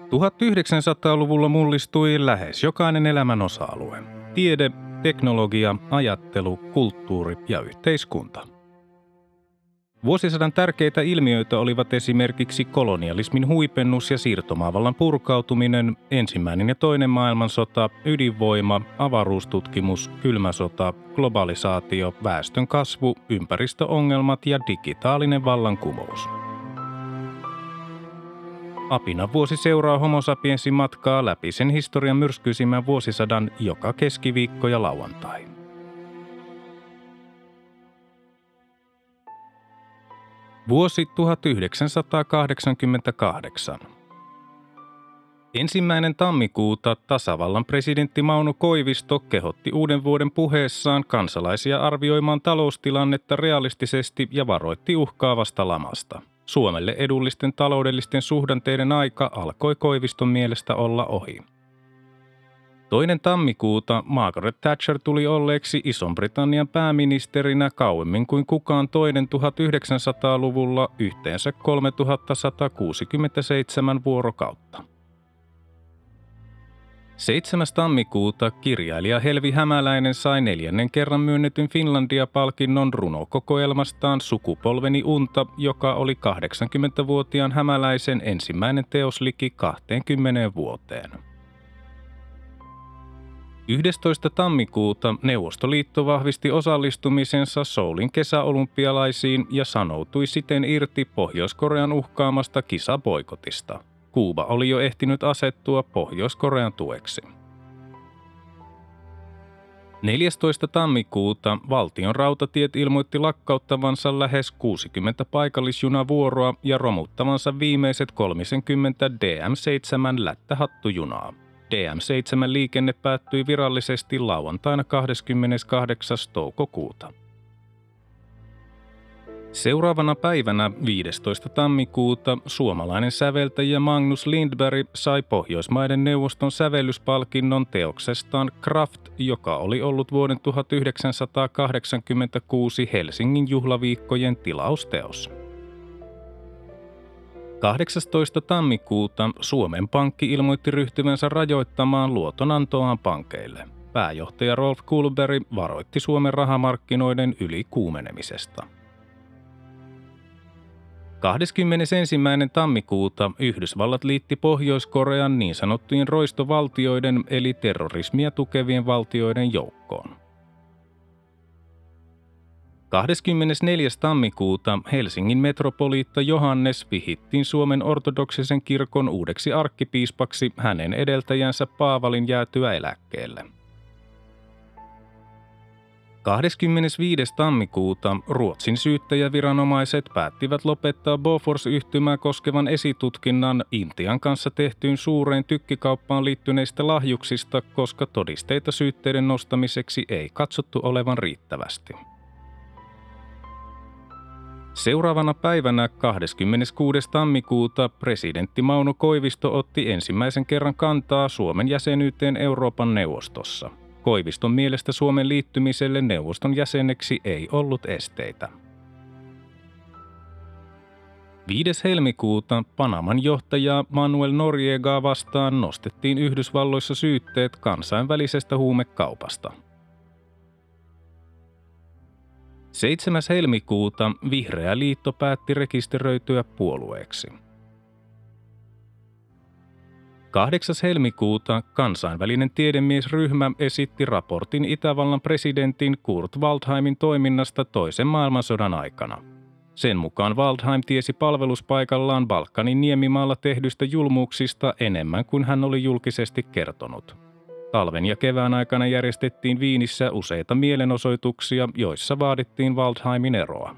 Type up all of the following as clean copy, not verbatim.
1900-luvulla mullistui lähes jokainen elämän osa-alue. Tiede, teknologia, ajattelu, kulttuuri ja yhteiskunta. Vuosisadan tärkeitä ilmiöitä olivat esimerkiksi kolonialismin huipennus ja siirtomaavallan purkautuminen, ensimmäinen ja toinen maailmansota, ydinvoima, avaruustutkimus, kylmä sota, globalisaatio, väestön kasvu, ympäristöongelmat ja digitaalinen vallankumous. Apinan vuosi seuraa Homo sapiensin matkaa läpi sen historian myrskyisimmän vuosisadan joka keskiviikko ja lauantai. Vuosi 1988. 1. tammikuuta tasavallan presidentti Mauno Koivisto kehotti uuden vuoden puheessaan kansalaisia arvioimaan taloustilannetta realistisesti ja varoitti uhkaavasta lamasta. Suomelle edullisten taloudellisten suhdanteiden aika alkoi Koiviston mielestä olla ohi. 2. tammikuuta Margaret Thatcher tuli olleeksi Ison-Britannian pääministerinä kauemmin kuin kukaan toinen 1900-luvulla yhteensä 3167 vuorokautta. 7. tammikuuta kirjailija Helvi Hämäläinen sai 4. kerran myönnetyn Finlandia-palkinnon runokokoelmastaan Sukupolveni unta, joka oli 80-vuotiaan Hämäläisen ensimmäinen teos liki 20 vuoteen. 11. tammikuuta Neuvostoliitto vahvisti osallistumisensa Soulin kesäolympialaisiin ja sanoutui siten irti Pohjois-Korean uhkaamasta kisaboikotista. Kuuba oli jo ehtinyt asettua Pohjois-Korean tueksi. 14. tammikuuta Valtion rautatiet ilmoitti lakkauttavansa lähes 60 paikallisjunavuoroa ja romuttavansa viimeiset 30 DM7 lättähattujunaa. DM7-liikenne päättyi virallisesti lauantaina 28. toukokuuta. Seuraavana päivänä 15. tammikuuta suomalainen säveltäjä Magnus Lindberg sai Pohjoismaiden neuvoston sävellyspalkinnon teoksestaan Kraft, joka oli ollut vuoden 1986 Helsingin juhlaviikkojen tilausteos. 18. tammikuuta Suomen Pankki ilmoitti ryhtyvänsä rajoittamaan luotonantoaan pankeille. Pääjohtaja Rolf Kullberg varoitti Suomen rahamarkkinoiden ylikuumenemisesta. 21. tammikuuta Yhdysvallat liitti Pohjois-Korean niin sanottujen roistovaltioiden eli terrorismia tukevien valtioiden joukkoon. 24. tammikuuta Helsingin metropoliitta Johannes vihittiin Suomen ortodoksisen kirkon uudeksi arkkipiispaksi hänen edeltäjänsä Paavalin jäätyä eläkkeelle. 25. tammikuuta Ruotsin syyttäjäviranomaiset päättivät lopettaa Bofors-yhtymää koskevan esitutkinnan Intian kanssa tehtyyn suureen tykkikauppaan liittyneistä lahjuksista, koska todisteita syytteiden nostamiseksi ei katsottu olevan riittävästi. Seuraavana päivänä 26. tammikuuta presidentti Mauno Koivisto otti ensimmäisen kerran kantaa Suomen jäsenyyteen Euroopan neuvostossa. Koiviston mielestä Suomen liittymiselle neuvoston jäseneksi ei ollut esteitä. 5. helmikuuta Panaman johtajaa Manuel Noriegaa vastaan nostettiin Yhdysvalloissa syytteet kansainvälisestä huumekaupasta. 7. helmikuuta Vihreä liitto päätti rekisteröityä puolueeksi. 8. helmikuuta kansainvälinen tiedemiesryhmä esitti raportin Itävallan presidentin Kurt Waldheimin toiminnasta toisen maailmansodan aikana. Sen mukaan Waldheim tiesi palveluspaikallaan Balkanin niemimaalla tehdyistä julmuuksista enemmän kuin hän oli julkisesti kertonut. Talven ja kevään aikana järjestettiin Viinissä useita mielenosoituksia, joissa vaadittiin Waldheimin eroa.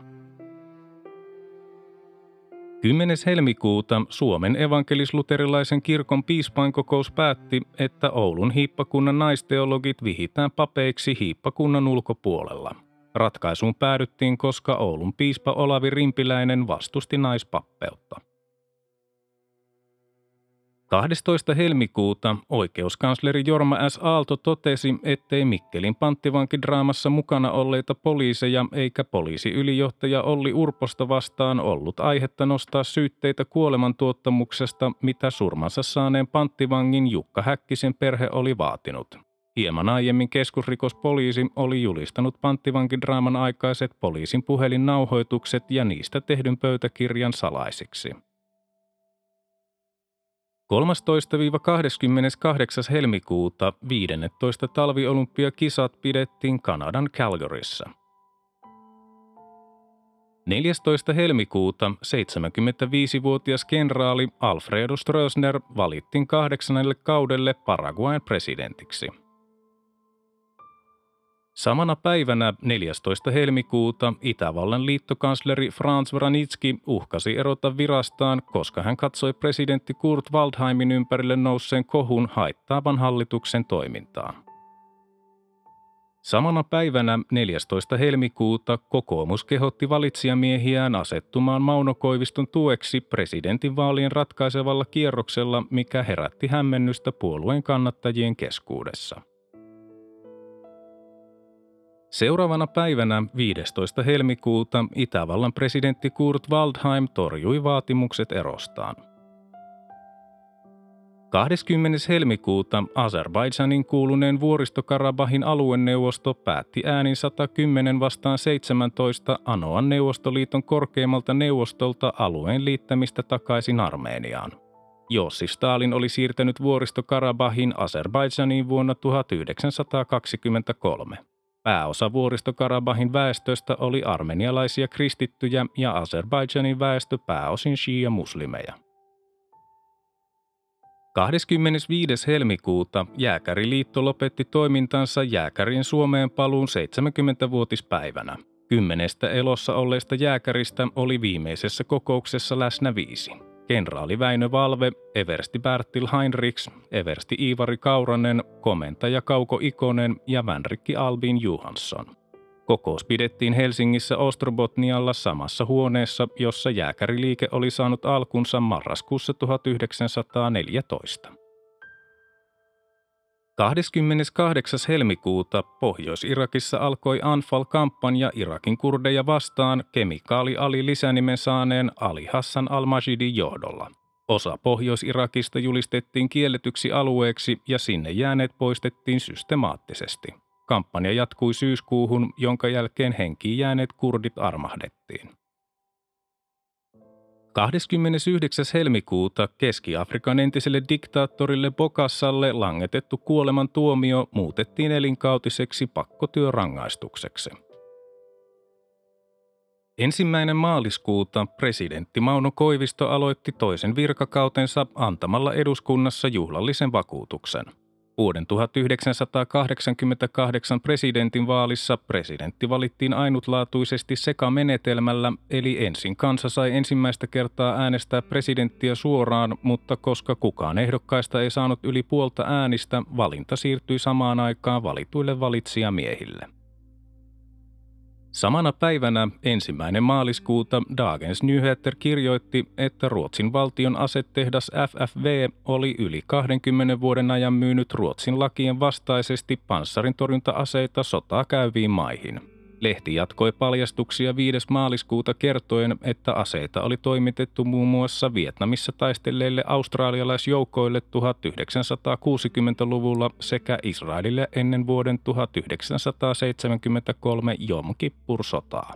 10. helmikuuta Suomen evankelis-luterilaisen kirkon piispainkokous päätti, että Oulun hiippakunnan naisteologit vihitään papeiksi hiippakunnan ulkopuolella. Ratkaisuun päädyttiin, koska Oulun piispa Olavi Rimpiläinen vastusti naispappeutta. 12. helmikuuta oikeuskansleri Jorma S. Aalto totesi, ettei Mikkelin panttivankidraamassa mukana olleita poliiseja eikä poliisiylijohtaja Olli Urposta vastaan ollut aihetta nostaa syytteitä kuolemantuottamuksesta, mitä surmansa saaneen panttivangin Jukka Häkkisen perhe oli vaatinut. Hieman aiemmin keskusrikospoliisi oli julistanut panttivankidraaman aikaiset poliisin puhelinnauhoitukset ja niistä tehdyn pöytäkirjan salaisiksi. 13-28. helmikuuta 15. talviolympiakisat pidettiin Kanadan Calgaryssa. 14. helmikuuta 75-vuotias kenraali Alfredo Stroessner valittiin 8. kaudelle Paraguayn presidentiksi. Samana päivänä 14. helmikuuta Itävallan liittokansleri Franz Vranitzky uhkasi erota virastaan, koska hän katsoi presidentti Kurt Waldheimin ympärille nousseen kohun haittaavan hallituksen toimintaa. Samana päivänä 14. helmikuuta kokoomus kehotti valitsijamiehiään asettumaan Mauno Koiviston tueksi presidentinvaalien ratkaisevalla kierroksella, mikä herätti hämmennystä puolueen kannattajien keskuudessa. Seuraavana päivänä 15. helmikuuta Itävallan presidentti Kurt Waldheim torjui vaatimukset erostaan. 20. helmikuuta Azerbaidžanin kuuluneen Vuoristo-Karabahin alueneuvosto päätti äänin 110-17 anoa Neuvostoliiton korkeimmalta neuvostolta alueen liittämistä takaisin Armeniaan. Josif Stalin oli siirtänyt Vuoristo-Karabahin Azerbaidžaniin vuonna 1923. Pääosa Vuoristo-Karabahin väestöstä oli armenialaisia kristittyjä ja Azerbaidžanin väestö pääosin shia-muslimeja. 25. helmikuuta Jääkäriliitto lopetti toimintansa jääkärien Suomeen paluun 70-vuotispäivänä. 10 elossa olleista jääkäristä oli viimeisessä kokouksessa läsnä 5. Kenraali Väinö Valve, eversti Bertil Heinrichs, eversti Iivari Kauranen, komentaja Kauko Ikonen ja vänrikki Albin Johansson. Kokous pidettiin Helsingissä Ostrobotnialla samassa huoneessa, jossa jääkäriliike oli saanut alkunsa marraskuussa 1914. 28. helmikuuta Pohjois-Irakissa alkoi Anfal-kampanja Irakin kurdeja vastaan kemikaali Ali lisänimen saaneen Ali Hassan al-Majidin johdolla. Osa Pohjois-Irakista julistettiin kielletyksi alueeksi ja sinne jääneet poistettiin systemaattisesti. Kampanja jatkui syyskuuhun, jonka jälkeen henkiin jääneet kurdit armahdettiin. 29. helmikuuta Keski-Afrikan entiselle diktaattorille Bokassalle langetettu kuolemantuomio muutettiin elinkautiseksi pakkotyörangaistukseksi. 1. maaliskuuta presidentti Mauno Koivisto aloitti toisen virkakautensa antamalla eduskunnassa juhlallisen vakuutuksen. Vuoden 1988 presidentinvaalissa presidentti valittiin ainutlaatuisesti sekamenetelmällä, eli ensin kansa sai ensimmäistä kertaa äänestää presidenttiä suoraan, mutta koska kukaan ehdokkaista ei saanut yli puolta äänistä, valinta siirtyi samaan aikaan valituille valitsijamiehille. Samana päivänä 1. maaliskuuta Dagens Nyheter kirjoitti, että Ruotsin valtion asetehdas FFV oli yli 20 vuoden ajan myynyt Ruotsin lakien vastaisesti panssarintorjunta-aseita sotaa käyviin maihin. Lehti jatkoi paljastuksia 5. maaliskuuta kertoen, että aseita oli toimitettu muun muassa Vietnamissa taistelleille australialaisjoukoille 1960-luvulla sekä Israelille ennen vuoden 1973 Jom Kippur-sotaa.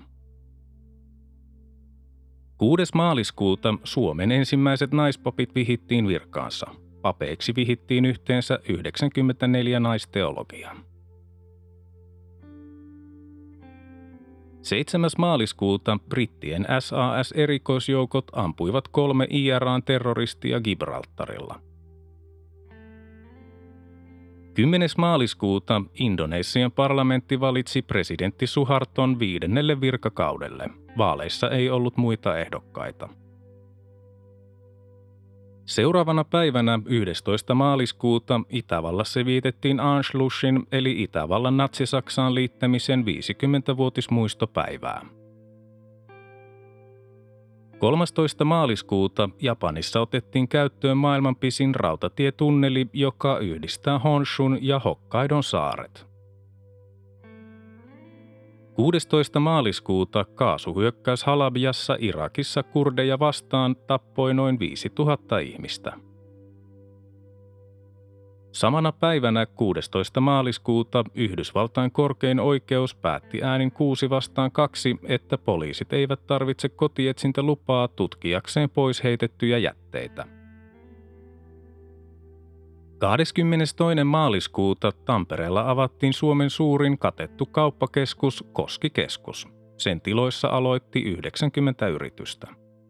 6. maaliskuuta Suomen ensimmäiset naispapit vihittiin virkaansa. Papeiksi vihittiin yhteensä 94 naisteologiaa. 7. maaliskuuta brittien SAS-erikoisjoukot ampuivat 3 IRA:n terroristia Gibraltarilla. 10. maaliskuuta Indonesian parlamentti valitsi presidentti Suharton 5. virkakaudelle. Vaaleissa ei ollut muita ehdokkaita. Seuraavana päivänä 11. maaliskuuta Itävallassa vietettiin Anschlussin eli Itävallan natsi-Saksaan liittämisen 50-vuotismuistopäivää. 13. maaliskuuta Japanissa otettiin käyttöön maailman pisin rautatietunneli, joka yhdistää Honshun ja Hokkaidon saaret. 16. maaliskuuta kaasuhyökkäys Halabiassa Irakissa kurdeja vastaan tappoi noin 5000 ihmistä. Samana päivänä 16. maaliskuuta Yhdysvaltain korkein oikeus päätti äänin 6-2, että poliisit eivät tarvitse kotietsintälupaa tutkiakseen pois heitettyjä jätteitä. 22. maaliskuuta Tampereella avattiin Suomen suurin katettu kauppakeskus Koski-keskus. Sen tiloissa aloitti 90 yritystä.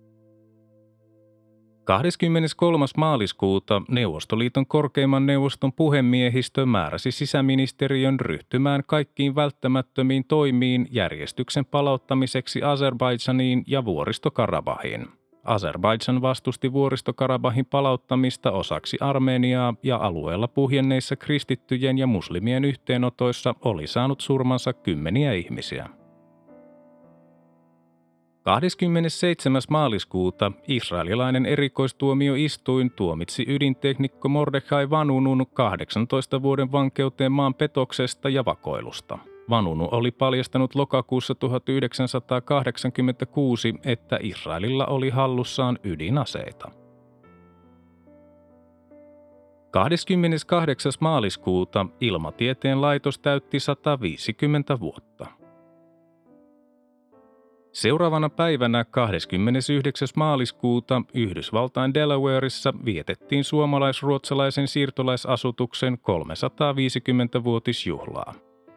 23. maaliskuuta Neuvostoliiton korkeimman neuvoston puhemiehistö määräsi sisäministeriön ryhtymään kaikkiin välttämättömiin toimiin järjestyksen palauttamiseksi Azerbaidžaniin ja Vuoristo-Karabahiin. Azerbaidžan vastusti Vuoristo-Karabahin palauttamista osaksi Armeniaa ja alueella puhjenneissa kristittyjen ja muslimien yhteenotoissa oli saanut surmansa kymmeniä ihmisiä. 27. maaliskuuta israelilainen erikoistuomioistuin tuomitsi ydinteknikko Mordechai Vanunun 18 vuoden vankeuteen maan petoksesta ja vakoilusta. Vanunu oli paljastanut lokakuussa 1986, että Israelilla oli hallussaan ydinaseita. 28. maaliskuuta Ilmatieteen laitos täytti 150 vuotta. Seuraavana päivänä 29. maaliskuuta Yhdysvaltain Delawareissa vietettiin suomalais-ruotsalaisen siirtolaisasutuksen 350-vuotisjuhlaa.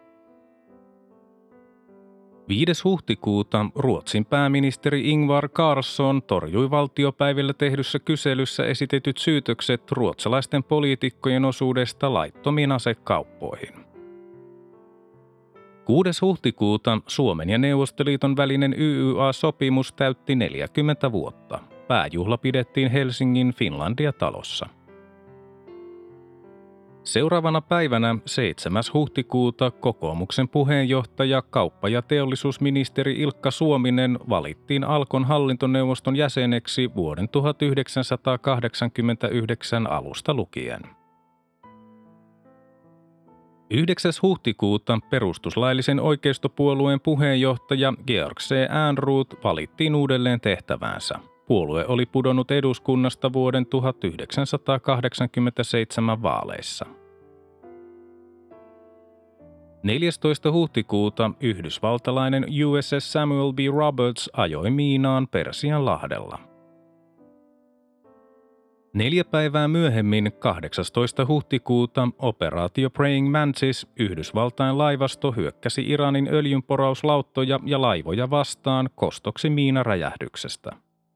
5. huhtikuuta Ruotsin pääministeri Ingvar Carlsson torjui valtiopäivillä tehdyssä kyselyssä esitetyt syytökset ruotsalaisten poliitikkojen osuudesta laittomiin asekauppoihin. 6. huhtikuuta Suomen ja Neuvostoliiton välinen YYA-sopimus täytti 40 vuotta. Pääjuhla pidettiin Helsingin Finlandia-talossa. Seuraavana päivänä 7. huhtikuuta kokoomuksen puheenjohtaja kauppa- ja teollisuusministeri Ilkka Suominen valittiin Alkon hallintoneuvoston jäseneksi vuoden 1989 alusta lukien. 9. huhtikuuta perustuslaillisen oikeistopuolueen puheenjohtaja Georg C. Ehrnrooth valittiin uudelleen tehtäväänsä. Puolue oli pudonnut eduskunnasta vuoden 1987 vaaleissa. 14. huhtikuuta yhdysvaltalainen USS Samuel B. Roberts ajoi miinaan Persianlahdella. 4 päivää myöhemmin, 18. huhtikuuta, operaatio Praying Mantis, Yhdysvaltain laivasto hyökkäsi Iranin öljynporauslauttoja ja laivoja vastaan kostoksi miinaräjähdyksestä.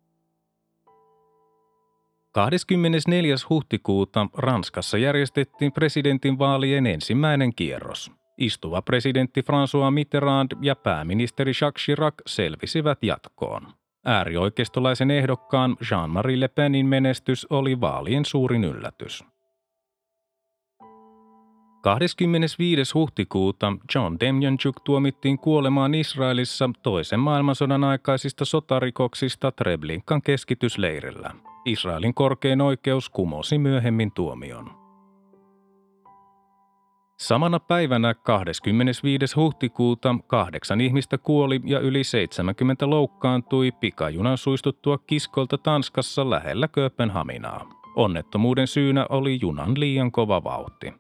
24. huhtikuuta Ranskassa järjestettiin presidentinvaalien ensimmäinen kierros. Istuva presidentti François Mitterrand ja pääministeri Jacques Chirac selvisivät jatkoon. Äärioikeistolaisen ehdokkaan Jean-Marie Le Penin menestys oli vaalien suurin yllätys. 25. huhtikuuta John Demjanjuk tuomittiin kuolemaan Israelissa toisen maailmansodan aikaisista sotarikoksista Treblinkan keskitysleirillä. Israelin korkein oikeus kumosi myöhemmin tuomion. Samana päivänä 25. huhtikuuta 8 ihmistä kuoli ja yli 70 loukkaantui pikajunan suistuttua kiskolta Tanskassa lähellä Kööpenhaminaa. Onnettomuuden syynä oli junan liian kova vauhti.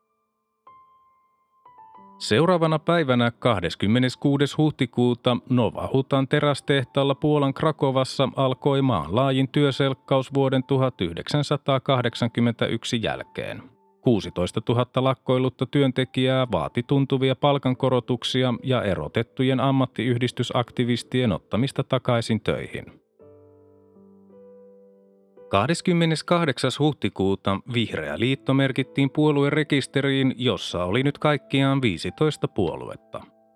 Seuraavana päivänä 26. huhtikuuta Nova Hutan terästehtaalla Puolan Krakovassa alkoi maan laajin työselkkaus vuoden 1981 jälkeen. 16 000 lakkoillutta työntekijää vaati tuntuvia palkankorotuksia ja erotettujen ammattiyhdistysaktivistien ottamista takaisin töihin. 28. huhtikuuta Vihreä liitto merkittiin puoluerekisteriin, jossa oli nyt kaikkiaan 15 puoluetta.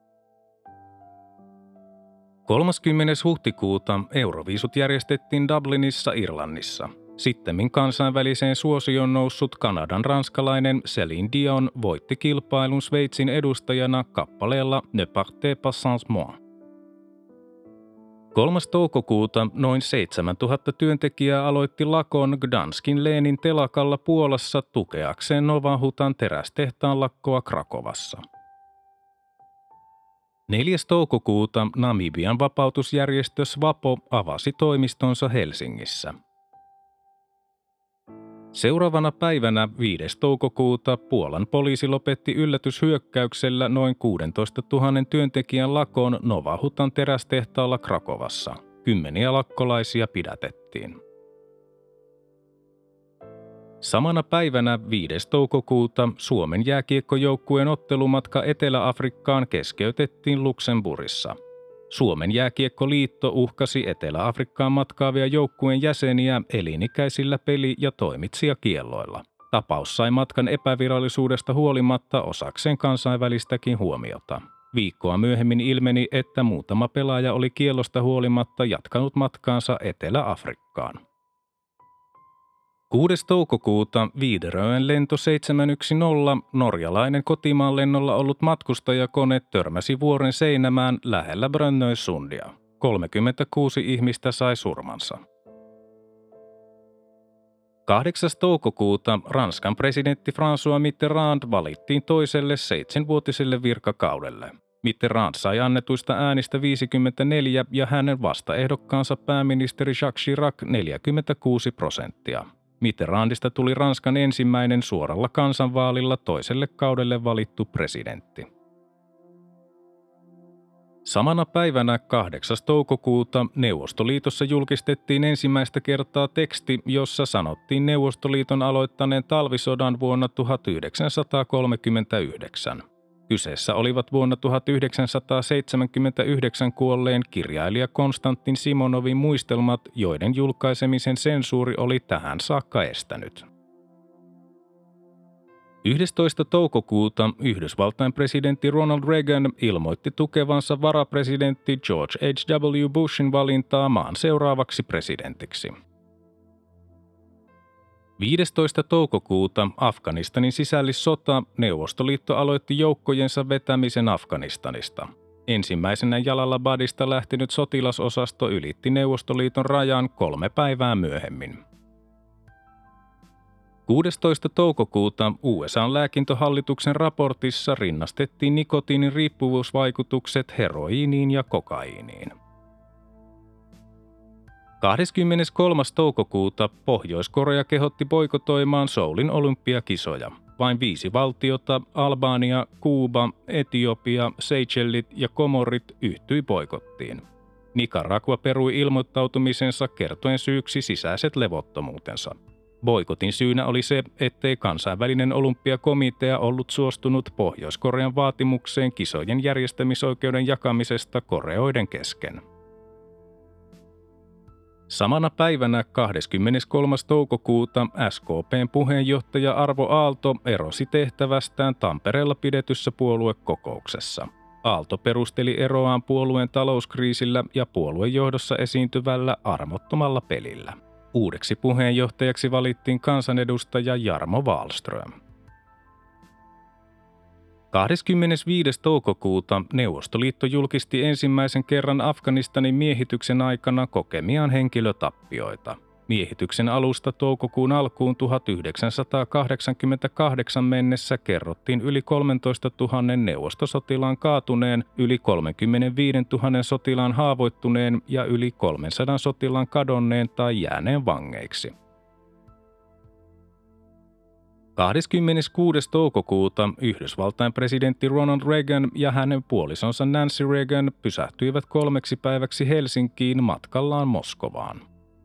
30. huhtikuuta Euroviisut järjestettiin Dublinissa, Irlannissa. Sittemmin kansainväliseen suosioon noussut Kanadan ranskalainen Céline Dion voitti kilpailun Sveitsin edustajana kappaleella Ne partez pas sans moi. 3. toukokuuta noin 7000 työntekijää aloitti lakon Gdanskin Lenin telakalla Puolassa tukeakseen Nowa Hutan terästehtaan lakkoa Krakovassa. 4. toukokuuta Namibian vapautusjärjestö SWAPO avasi toimistonsa Helsingissä. Seuraavana päivänä 5. toukokuuta Puolan poliisi lopetti yllätyshyökkäyksellä noin 16 000 työntekijän lakon Nowa Hutan terästehtaalla Krakovassa. 10 lakkolaisia pidätettiin. Samana päivänä 5. toukokuuta Suomen jääkiekkojoukkueen ottelumatka Etelä-Afrikkaan keskeytettiin Luxemburgissa. Suomen jääkiekkoliitto uhkasi Etelä-Afrikkaan matkaavia joukkueen jäseniä elinikäisillä peli- ja toimitsijakielloilla. Tapaus sai matkan epävirallisuudesta huolimatta osakseen kansainvälistäkin huomiota. Viikkoa myöhemmin ilmeni, että muutama pelaaja oli kiellosta huolimatta jatkanut matkaansa Etelä-Afrikkaan. 6. toukokuuta Wideröen lento 710, norjalainen kotimaan lennolla ollut matkustajakone törmäsi vuoren Seinämään lähellä Brönnöisundia. 36 ihmistä sai surmansa. 8. toukokuuta Ranskan presidentti François Mitterrand valittiin toiselle 7-vuotiselle virkakaudelle. Mitterrand sai annetuista äänistä 54 ja hänen vastaehdokkaansa pääministeri Jacques Chirac 46%. Mitterrandista tuli Ranskan ensimmäinen suoralla kansanvaalilla toiselle kaudelle valittu presidentti. Samana päivänä 8. toukokuuta Neuvostoliitossa julkistettiin ensimmäistä kertaa teksti, jossa sanottiin Neuvostoliiton aloittaneen talvisodan vuonna 1939. Kyseessä olivat vuonna 1979 kuolleen kirjailija Konstantin Simonovin muistelmat, joiden julkaisemisen sensuuri oli tähän saakka estänyt. 11. toukokuuta Yhdysvaltain presidentti Ronald Reagan ilmoitti tukevansa varapresidentti George H.W. Bushin valintaa maan seuraavaksi presidentiksi. 15. toukokuuta Afganistanin sisällissota Neuvostoliitto aloitti joukkojensa vetämisen Afganistanista. Ensimmäisenä Jalalabadista lähtenyt sotilasosasto ylitti Neuvostoliiton rajan 3 päivää myöhemmin. 16. toukokuuta USA:n lääkintöhallituksen raportissa rinnastettiin nikotiinin riippuvuusvaikutukset heroiiniin ja kokaiiniin. 23. toukokuuta Pohjois-Korea kehotti boikotoimaan Soulin olympiakisoja. Vain 5 valtiota, Albania, Kuuba, Etiopia, Seychellit ja Komorit yhtyi boikottiin. Nicaragua perui ilmoittautumisensa kertoen syyksi sisäiset levottomuutensa. Boikotin syynä oli se, ettei kansainvälinen olympiakomitea ollut suostunut Pohjois-Korean vaatimukseen kisojen järjestämisoikeuden jakamisesta Koreoiden kesken. Samana päivänä 23. toukokuuta SKP:n puheenjohtaja Arvo Aalto erosi tehtävästään Tampereella pidetyssä puoluekokouksessa. Aalto perusteli eroaan puolueen talouskriisillä ja puoluejohdossa esiintyvällä armottomalla pelillä. Uudeksi puheenjohtajaksi valittiin kansanedustaja Jarmo Wahlström. 25. toukokuuta Neuvostoliitto julkisti ensimmäisen kerran Afganistanin miehityksen aikana kokemiaan henkilötappioita. Miehityksen alusta toukokuun alkuun 1988 mennessä kerrottiin yli 13 000 neuvostosotilaan kaatuneen, yli 35 000 sotilaan haavoittuneen ja yli 300 sotilaan kadonneen tai jääneen vangeiksi. 26. toukokuuta Yhdysvaltain presidentti Ronald Reagan ja hänen puolisonsa Nancy Reagan pysähtyivät 3 päiväksi Helsinkiin matkallaan Moskovaan.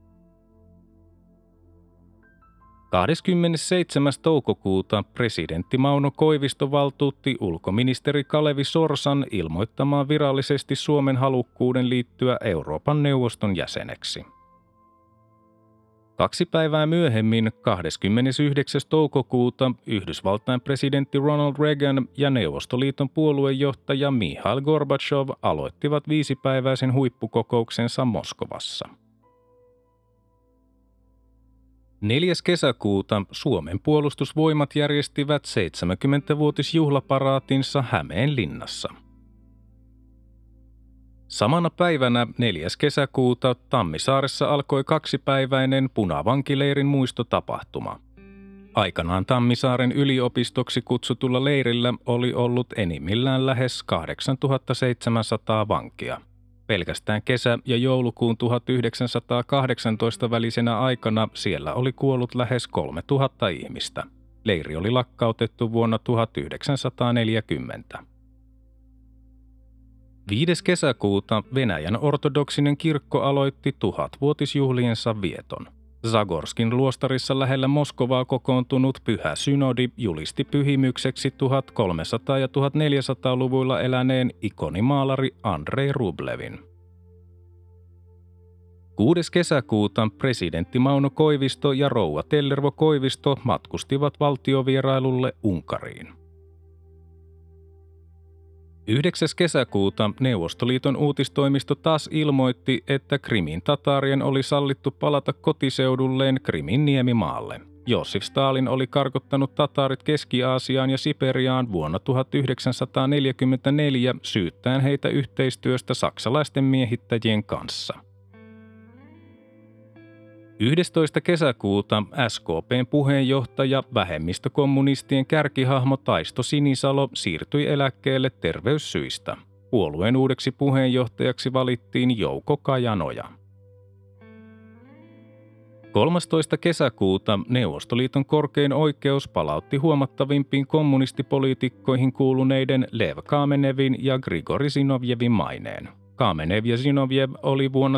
27. toukokuuta presidentti Mauno Koivisto valtuutti ulkoministeri Kalevi Sorsan ilmoittamaan virallisesti Suomen halukkuuden liittyä Euroopan neuvoston jäseneksi. 2 päivää myöhemmin, 29. toukokuuta, Yhdysvaltain presidentti Ronald Reagan ja Neuvostoliiton puoluejohtaja Mikhail Gorbachev aloittivat 5-päiväisen huippukokouksensa Moskovassa. 4. kesäkuuta Suomen puolustusvoimat järjestivät 70-vuotisjuhlaparaatinsa Hämeenlinnassa. Samana päivänä 4. kesäkuuta Tammisaaressa alkoi 2-päiväinen Punavankileirin muistotapahtuma. Aikanaan Tammisaaren yliopistoksi kutsutulla leirillä oli ollut enimmillään lähes 8700 vankia. Pelkästään kesä- ja joulukuun 1918 välisenä aikana siellä oli kuollut lähes 3000 ihmistä. Leiri oli lakkautettu vuonna 1940. 5. kesäkuuta Venäjän ortodoksinen kirkko aloitti 1000-vuotisjuhliensa vieton. Zagorskin luostarissa lähellä Moskovaa kokoontunut Pyhä synodi julisti pyhimykseksi 1300- ja 1400-luvuilla eläneen ikonimaalari Andrei Rublevin. 6. kesäkuuta presidentti Mauno Koivisto ja rouva Tellervo Koivisto matkustivat valtiovierailulle Unkariin. 9. kesäkuuta Neuvostoliiton uutistoimisto taas ilmoitti, että Krimin tataarien oli sallittu palata kotiseudulleen Krimin niemimaalle. Josif Stalin oli karkottanut tataarit Keski-Aasiaan ja Siperiaan vuonna 1944 syyttäen heitä yhteistyöstä saksalaisten miehittäjien kanssa. 11. kesäkuuta SKP:n puheenjohtaja, vähemmistökommunistien kärkihahmo Taisto Sinisalo siirtyi eläkkeelle terveyssyistä. Puolueen uudeksi puheenjohtajaksi valittiin Jouko Kajanoja. 13. kesäkuuta Neuvostoliiton korkein oikeus palautti huomattavimpiin kommunistipoliitikkoihin kuuluneiden Lev Kamenevin ja Grigori Zinovjevin maineen. Kamenev ja Zinovjev oli vuonna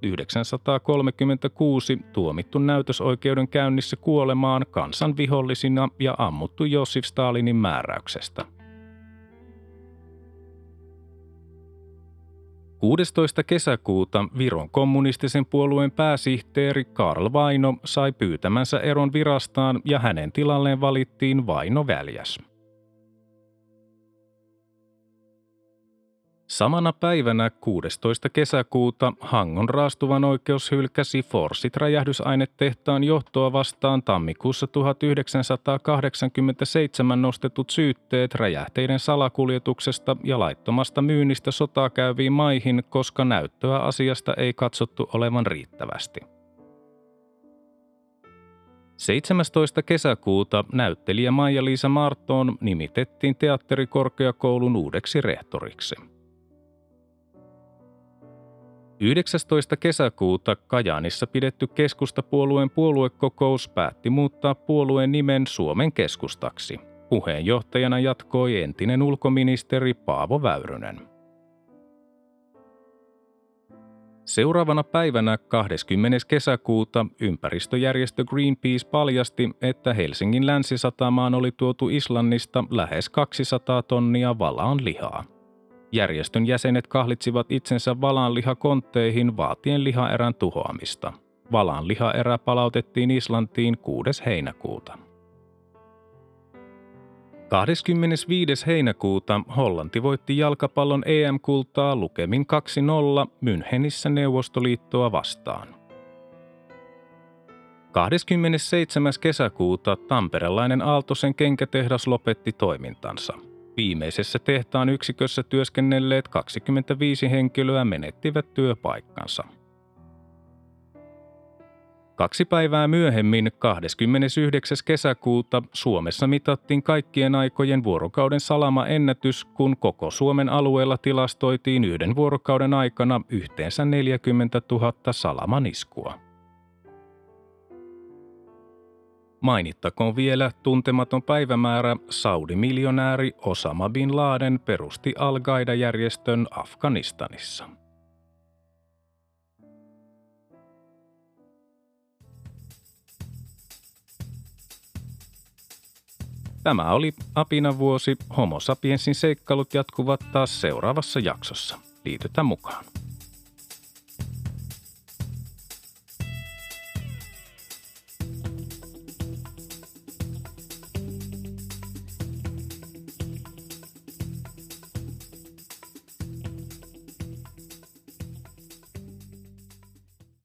1936 tuomittu näytösoikeuden käynnissä kuolemaan kansanvihollisina ja ammuttu Josif Stalinin määräyksestä. 16. kesäkuuta Viron kommunistisen puolueen pääsihteeri Karl Vaino sai pyytämänsä eron virastaan ja hänen tilalleen valittiin Vaino Väljäs. Samana päivänä 16. kesäkuuta Hangon raastuvan oikeus hylkäsi Forsit-räjähdysainetehtaan johtoa vastaan tammikuussa 1987 nostetut syytteet räjähteiden salakuljetuksesta ja laittomasta myynnistä sotaa käyviin maihin, koska näyttöä asiasta ei katsottu olevan riittävästi. 17. kesäkuuta näyttelijä Maija-Liisa Marton nimitettiin teatterikorkeakoulun uudeksi rehtoriksi. 19. kesäkuuta Kajaanissa pidetty keskustapuolueen puoluekokous päätti muuttaa puolueen nimen Suomen Keskustaksi. Puheenjohtajana jatkoi entinen ulkoministeri Paavo Väyrynen. Seuraavana päivänä 20. kesäkuuta ympäristöjärjestö Greenpeace paljasti, että Helsingin länsisatamaan oli tuotu Islannista lähes 200 tonnia valaanlihaa. Järjestön jäsenet kahlitsivat itsensä valaanlihakontteihin vaatien lihaerän tuhoamista. Valaanlihaerä palautettiin Islantiin 6. heinäkuuta. 25. heinäkuuta Hollanti voitti jalkapallon EM-kultaa lukemin 2-0 Münchenissä Neuvostoliittoa vastaan. 27. kesäkuuta tamperelainen Aaltosen kenkätehdas lopetti toimintansa. Viimeisessä tehtaan yksikössä työskennelleet 25 henkilöä menettivät työpaikkansa. 2 päivää myöhemmin, 29. kesäkuuta, Suomessa mitattiin kaikkien aikojen vuorokauden salamaennätys, kun koko Suomen alueella tilastoitiin 1 vuorokauden aikana yhteensä 40 000 salamaniskua. Mainittakoon vielä tuntematon päivämäärä: Saudi-miljonääri Osama bin Laden perusti Al-Qaida-järjestön Afganistanissa. Tämä oli Apinan vuosi. Homo sapiensin seikkailut jatkuvat taas seuraavassa jaksossa. Liitytä mukaan.